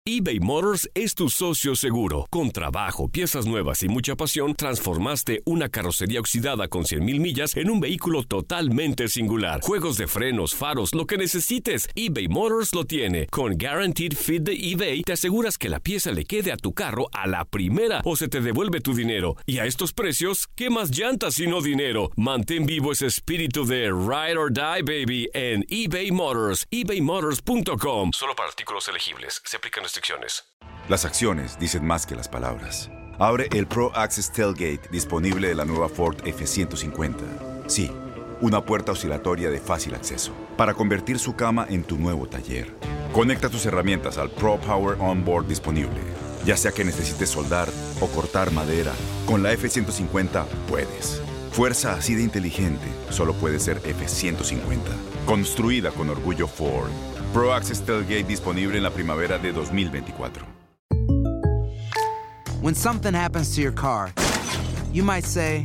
eBay Motors es tu socio seguro. Con trabajo, piezas nuevas y mucha pasión, transformaste una carrocería oxidada con 100,000 millas en un vehículo totalmente singular. Juegos de frenos, faros, lo que necesites, eBay Motors lo tiene. Con Guaranteed Fit de eBay, te aseguras que la pieza le quede a tu carro a la primera o se te devuelve tu dinero. Y a estos precios, ¿qué más llantas sino dinero? Mantén vivo ese espíritu de Ride or Die, baby, en eBay Motors. ebaymotors.com. Solo para artículos elegibles. Se aplican restricciones. Las acciones dicen más que las palabras. Abre el Pro Access Tailgate disponible de la nueva Ford F-150. Sí, una puerta oscilatoria de fácil acceso para convertir su cama en tu nuevo taller. Conecta tus herramientas al Pro Power Onboard disponible. Ya sea que necesites soldar o cortar madera, con la F-150 puedes. Fuerza así de inteligente solo puede ser F-150. Construida con orgullo Ford. Pro Access Tailgate disponible en la primavera de 2024. When something happens to your car, you might say,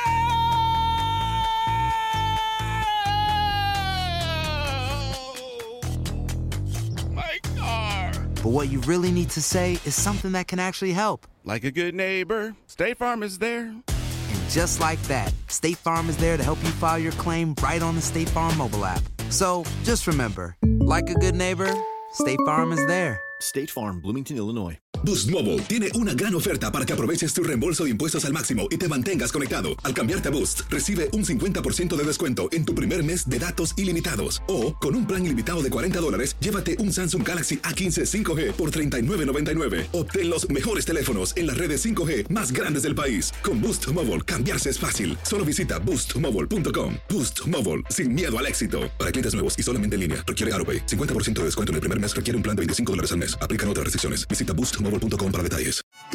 My car! but what you really need to say is something that can actually help. Like a good neighbor, State Farm is there. And just like that, State Farm is there to help you file your claim right on the State Farm mobile app. So just remember, like a good neighbor, State Farm is there. State Farm, Bloomington, Illinois. Boost Mobile tiene una gran oferta para que aproveches tu reembolso de impuestos al máximo y te mantengas conectado. Al cambiarte a Boost, recibe un 50% de descuento en tu primer mes de datos ilimitados. O, con un plan ilimitado de $40, llévate un Samsung Galaxy A15 5G por $39.99. Obtén los mejores teléfonos en las redes 5G más grandes del país. Con Boost Mobile, cambiarse es fácil. Solo visita boostmobile.com. Boost Mobile, sin miedo al éxito. Para clientes nuevos y solamente en línea, requiere AutoPay. 50% de descuento en el primer mes requiere un plan de $25 al mes. Aplican otras restricciones. Visita boostmobile.com para detalles.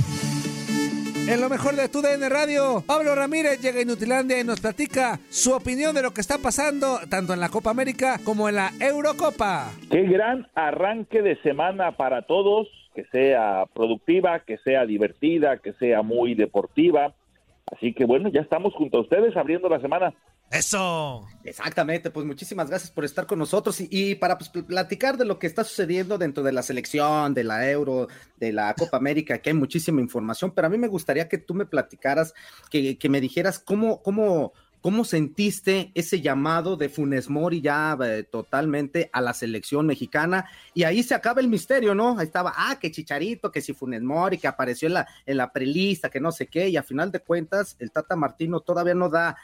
En lo mejor de tu DN Radio, Pablo Ramírez llega a Inutilandia y nos platica su opinión de lo que está pasando tanto en la Copa América como en la Eurocopa. Qué gran arranque de semana para todos, que sea productiva, que sea divertida, que sea muy deportiva. Así que bueno, ya estamos junto a ustedes abriendo la semana. ¡Eso! Exactamente, pues muchísimas gracias por estar con nosotros y para pues, platicar de lo que está sucediendo dentro de la selección, de la Euro, de la Copa América, que hay muchísima información, pero a mí me gustaría que tú me platicaras, que me dijeras cómo sentiste ese llamado de Funes Mori ya totalmente a la selección mexicana, y ahí se acaba el misterio, ¿no? Ahí estaba, que Chicharito, que si Funes Mori, que apareció en la prelista, que no sé qué, y a final de cuentas el Tata Martino todavía no da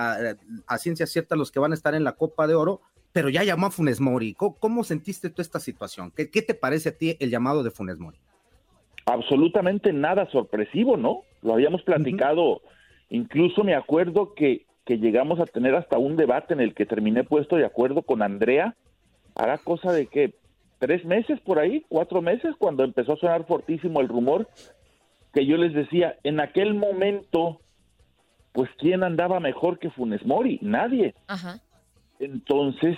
a ciencia cierta los que van a estar en la Copa de Oro, pero ya llamó a Funes Mori. ¿Cómo sentiste tú esta situación? ¿Qué te parece a ti el llamado de Funes Mori? Absolutamente nada sorpresivo, ¿no? Lo habíamos platicado, incluso me acuerdo que llegamos a tener hasta un debate en el que terminé puesto de acuerdo con Andrea, hará cosa de que 3 meses por ahí, 4 meses, cuando empezó a sonar fortísimo el rumor, que yo les decía, en aquel momento, pues ¿quién andaba mejor que Funes Mori? Nadie. Ajá. Entonces,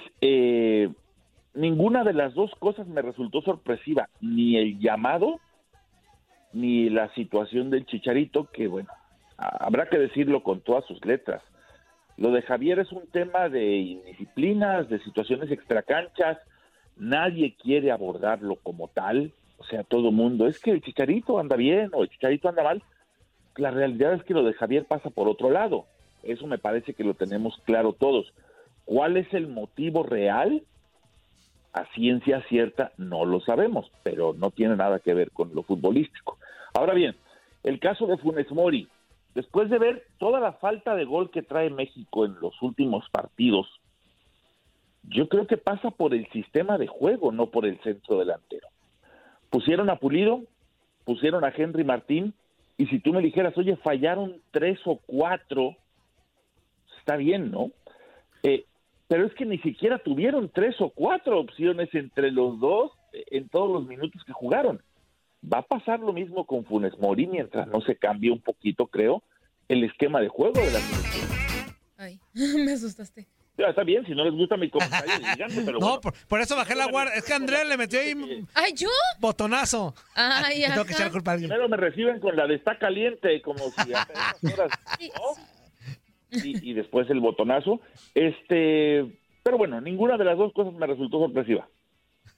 ninguna de las dos cosas me resultó sorpresiva, ni el llamado, ni la situación del Chicharito, que bueno, habrá que decirlo con todas sus letras. Lo de Javier es un tema de indisciplinas, de situaciones extracanchas, nadie quiere abordarlo como tal, o sea, todo mundo, es que el Chicharito anda bien o el Chicharito anda mal. La realidad es que lo de Javier pasa por otro lado, eso me parece que lo tenemos claro todos. ¿Cuál es el motivo real? A ciencia cierta no lo sabemos, pero no tiene nada que ver con lo futbolístico. Ahora bien, el caso de Funes Mori, después de ver toda la falta de gol que trae México en los últimos partidos, yo creo que pasa por el sistema de juego, no por el centro delantero. Pusieron a Pulido, pusieron a Henry Martín, y si tú me dijeras, oye, fallaron 3 o 4, está bien, ¿no? Pero es que ni siquiera tuvieron 3 o 4 opciones entre los dos en todos los minutos que jugaron. Va a pasar lo mismo con Funes Mori mientras no se cambie un poquito, creo, el esquema de juego de la selección. Ay, me asustaste. Ya, está bien, si no les gusta mi comentario, díganme, pero no, bueno. por eso bajé la guardia. Es que Andrea le metió ahí ¡Ay, yo! botonazo. Ay, tengo que echar la culpa a alguien. Primero me reciben con la de está caliente, como si hace unas horas, ¿no? Y después el botonazo. Pero bueno, ninguna de las dos cosas me resultó sorpresiva.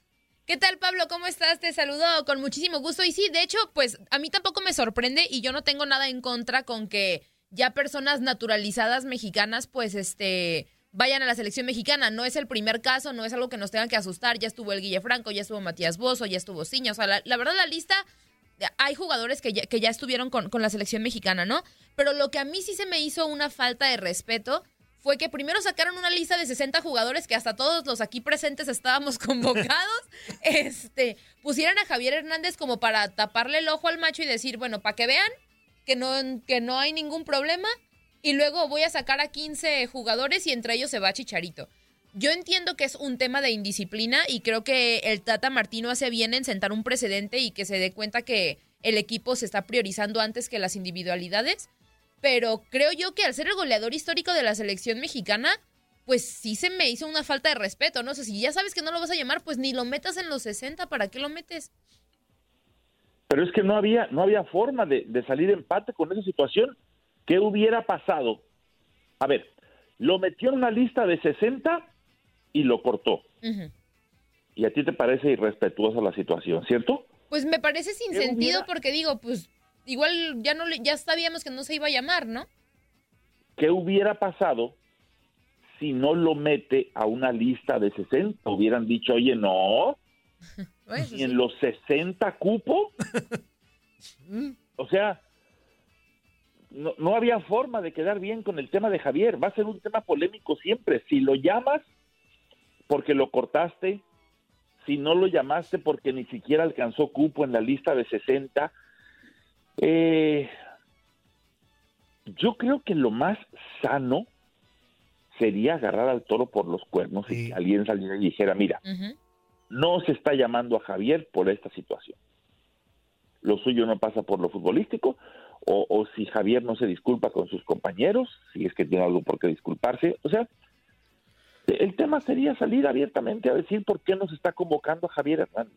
¿Qué tal, Pablo? ¿Cómo estás? Te saludo con muchísimo gusto. Y sí, de hecho, pues a mí tampoco me sorprende y yo no tengo nada en contra con que ya personas naturalizadas mexicanas, pues, vayan a la selección mexicana. No es el primer caso, no es algo que nos tenga que asustar. Ya estuvo el Guille Franco, ya estuvo Matías Bozzo, ya estuvo Ciña. O sea, la verdad, la lista, hay jugadores que ya estuvieron con la selección mexicana, ¿no? Pero lo que a mí sí se me hizo una falta de respeto fue que primero sacaron una lista de 60 jugadores que hasta todos los aquí presentes estábamos convocados, pusieran a Javier Hernández como para taparle el ojo al macho y decir, bueno, para que vean que no hay ningún problema, y luego voy a sacar a 15 jugadores y entre ellos se va Chicharito. Yo entiendo que es un tema de indisciplina y creo que el Tata Martino hace bien en sentar un precedente y que se dé cuenta que el equipo se está priorizando antes que las individualidades, pero creo yo que al ser el goleador histórico de la selección mexicana, pues sí se me hizo una falta de respeto, ¿no? O sea, si ya sabes que no lo vas a llamar, pues ni lo metas en los 60, ¿para qué lo metes? Pero es que no había forma de salir empate con esa situación. ¿Qué hubiera pasado? A ver, lo metió en una lista de 60 y lo cortó. Uh-huh. Y a ti te parece irrespetuosa la situación, ¿cierto? Pues me parece sin sentido porque digo, pues igual ya sabíamos que no se iba a llamar, ¿no? ¿Qué hubiera pasado si no lo mete a una lista de 60? Hubieran dicho, oye, no, pues, y en los 60 cupo. O sea, no había forma de quedar bien con el tema de Javier. Va a ser un tema polémico siempre. Si lo llamas porque lo cortaste, si no lo llamaste porque ni siquiera alcanzó cupo en la lista de 60, yo creo que lo más sano sería agarrar al toro por los cuernos y que alguien saliera y dijera, mira, no se está llamando a Javier por esta situación. Lo suyo no pasa por lo futbolístico, o si Javier no se disculpa con sus compañeros, si es que tiene algo por qué disculparse. O sea, el tema sería salir abiertamente a decir por qué no se está convocando a Javier Hernández.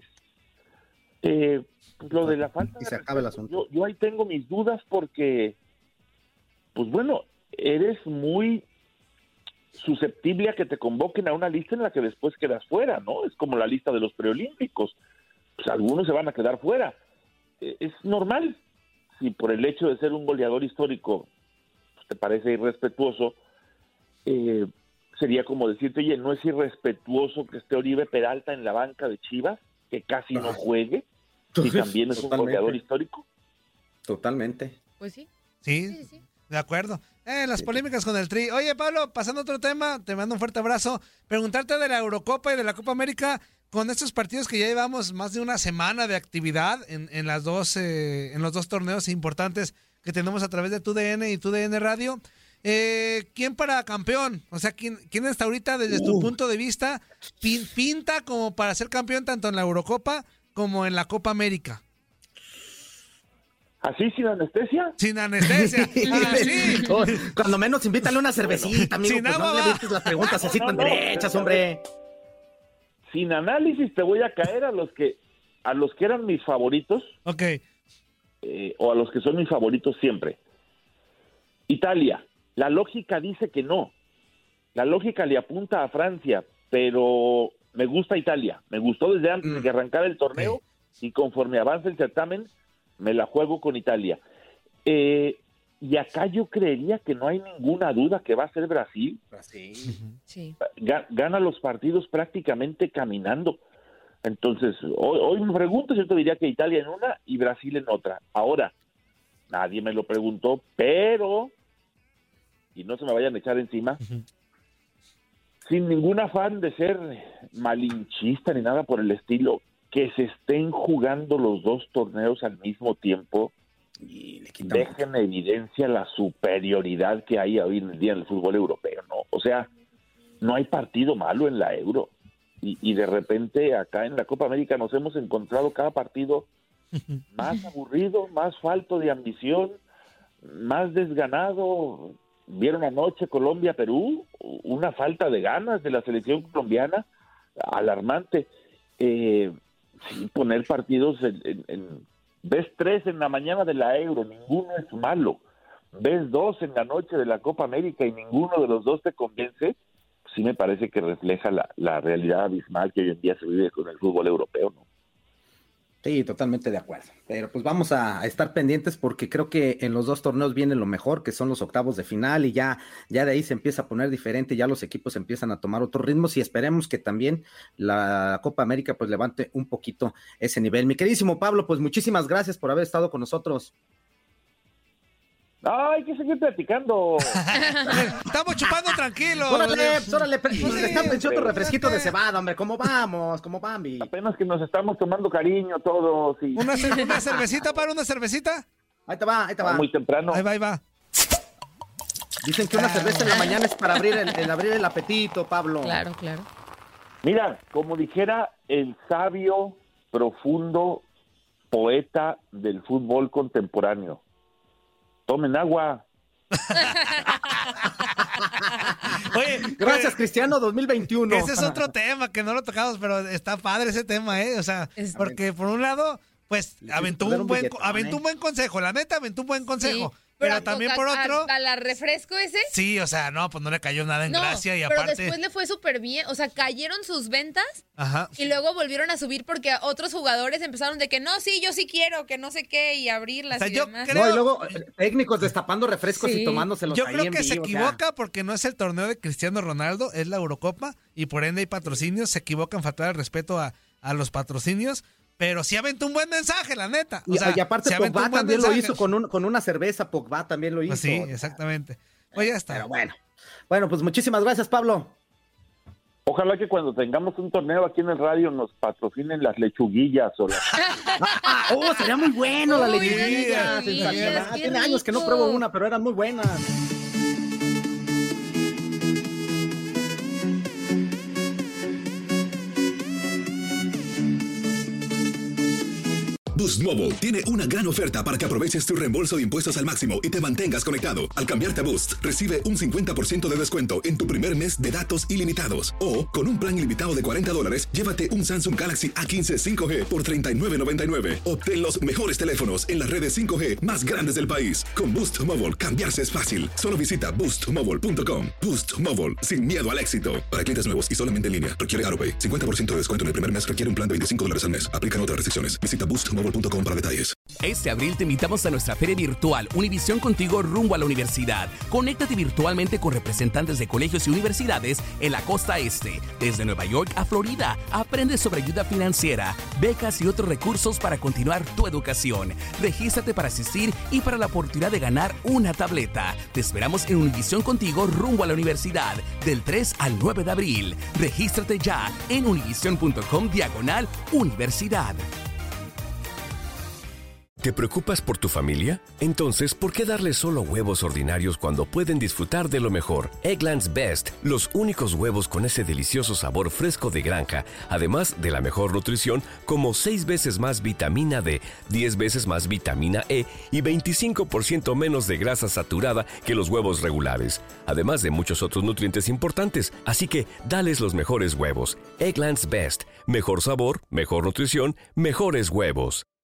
Lo de la falta y se acaba el asunto. Yo ahí tengo mis dudas porque, pues bueno, eres muy susceptible a que te convoquen a una lista en la que después quedas fuera, ¿no? Es como la lista de los preolímpicos. Pues algunos se van a quedar fuera. Es normal. Si por el hecho de ser un goleador histórico pues, te parece irrespetuoso, sería como decirte, oye, ¿no es irrespetuoso que esté Oribe Peralta en la banca de Chivas, que casi no juegue, si también es un goleador histórico? Totalmente. Pues sí. Sí. De acuerdo. Las polémicas con el Tri. Oye, Pablo, pasando a otro tema, te mando un fuerte abrazo. Preguntarte de la Eurocopa y de la Copa América, con estos partidos que ya llevamos más de una semana de actividad en los dos torneos importantes que tenemos a través de TUDN y TUDN Radio. ¿Quién para campeón? O sea, ¿quién está ahorita desde tu punto de vista pinta como para ser campeón tanto en la Eurocopa como en la Copa América? ¿Así, sin anestesia? Sin anestesia. Así. Cuando menos invítale una cervecita, amigo. Sin pues agua, no le avientes las preguntas así tan derechas, hombre. Sin análisis te voy a caer a los que eran mis favoritos. Ok. O a los que son mis favoritos siempre. Italia. La lógica dice que no. La lógica le apunta a Francia, pero me gusta Italia. Me gustó desde antes de que arrancara el torneo y conforme avanza el certamen, me la juego con Italia. Y acá yo creería que no hay ninguna duda que va a ser Brasil. Sí. Gana los partidos prácticamente caminando. Entonces, hoy me pregunto, yo te diría que Italia en una y Brasil en otra. Ahora, nadie me lo preguntó, pero, y no se me vayan a echar encima, sin ningún afán de ser malinchista ni nada por el estilo, que se estén jugando los dos torneos al mismo tiempo y dejen en evidencia la superioridad que hay hoy en el día en el fútbol europeo, ¿no? O sea, no hay partido malo en la Euro y de repente acá en la Copa América nos hemos encontrado cada partido más aburrido, más falto de ambición, más desganado. Vieron anoche Colombia-Perú, una falta de ganas de la selección colombiana alarmante. Sin poner partidos ves 3 en la mañana de la Euro, ninguno es malo. Ves 2 en la noche de la Copa América y ninguno de los dos te convence. sí me parece que refleja la realidad abismal que hoy en día se vive con el fútbol europeo, ¿no? Sí, totalmente de acuerdo. Pero pues vamos a estar pendientes porque creo que en los dos torneos viene lo mejor, que son los octavos de final, y ya de ahí se empieza a poner diferente, ya los equipos empiezan a tomar otros ritmos y esperemos que también la Copa América pues levante un poquito ese nivel. Mi queridísimo Pablo, pues muchísimas gracias por haber estado con nosotros. ¡Ay, que seguir platicando! Estamos chupando tranquilos. Órale, estamos en otro refresquito de cebada, hombre. ¿Cómo vamos? ¿Cómo Bambi? Apenas que nos estamos tomando cariño todos. Y... ¿Una cervecita, para una cervecita? Ahí te va. Muy temprano. Ahí va. Dicen que una cerveza en la mañana es para abrir el apetito, Pablo. Claro. Mira, como dijera el sabio, profundo poeta del fútbol contemporáneo, tomen agua. Oye, gracias, Cristiano 2021. Ese es otro tema que no lo tocamos, pero está padre ese tema, O sea, porque por un lado, pues aventó un buen consejo, la neta aventó un buen consejo. Sí. Pero también por otro... ¿A la refresco ese? Sí, o sea, no, pues no le cayó nada en gracia y aparte... pero después le fue súper bien, o sea, cayeron sus ventas. Ajá. Y luego volvieron a subir porque otros jugadores empezaron de que no, sí, yo sí quiero, que no sé qué, y abrirlas, o sea, y demás. Y luego técnicos destapando refrescos y tomándoselos. Yo creo que se equivoca porque no es el torneo de Cristiano Ronaldo, es la Eurocopa, y por ende hay patrocinios, se equivocan, faltar el respeto a los patrocinios. Pero sí aventó un buen mensaje, la neta. O sea, y aparte Pogba también lo hizo con una cerveza, Pogba también lo hizo. Pues sí, exactamente. Pues ya está. Pero bueno, pues muchísimas gracias, Pablo. Ojalá que cuando tengamos un torneo aquí en el radio nos patrocinen las lechuguillas o las... sería muy bueno la lechuguilla. Tiene años que no pruebo una, pero eran muy buenas. Boost Mobile tiene una gran oferta para que aproveches tu reembolso de impuestos al máximo y te mantengas conectado. Al cambiarte a Boost, recibe un 50% de descuento en tu primer mes de datos ilimitados. O, con un plan ilimitado de $40, llévate un Samsung Galaxy A15 5G por $39.99. Obtén los mejores teléfonos en las redes 5G más grandes del país. Con Boost Mobile, cambiarse es fácil. Solo visita boostmobile.com. Boost Mobile, sin miedo al éxito. Para clientes nuevos y solamente en línea, requiere AroPay. 50% de descuento en el primer mes requiere un plan de $25 al mes. Aplican otras restricciones. Visita boostmobile.com para detalles. Este abril te invitamos a nuestra feria virtual Univisión Contigo rumbo a la universidad. Conéctate virtualmente con representantes de colegios y universidades en la costa este, desde Nueva York a Florida. Aprende sobre ayuda financiera, becas y otros recursos para continuar tu educación. Regístrate para asistir y para la oportunidad de ganar una tableta. Te esperamos en Univisión Contigo rumbo a la universidad del 3 al 9 de abril. Regístrate ya en univision.com/universidad. ¿Te preocupas por tu familia? Entonces, ¿por qué darles solo huevos ordinarios cuando pueden disfrutar de lo mejor? Eggland's Best, los únicos huevos con ese delicioso sabor fresco de granja, además de la mejor nutrición, como 6 veces más vitamina D, 10 veces más vitamina E y 25% menos de grasa saturada que los huevos regulares, además de muchos otros nutrientes importantes. Así que, dales los mejores huevos. Eggland's Best, mejor sabor, mejor nutrición, mejores huevos.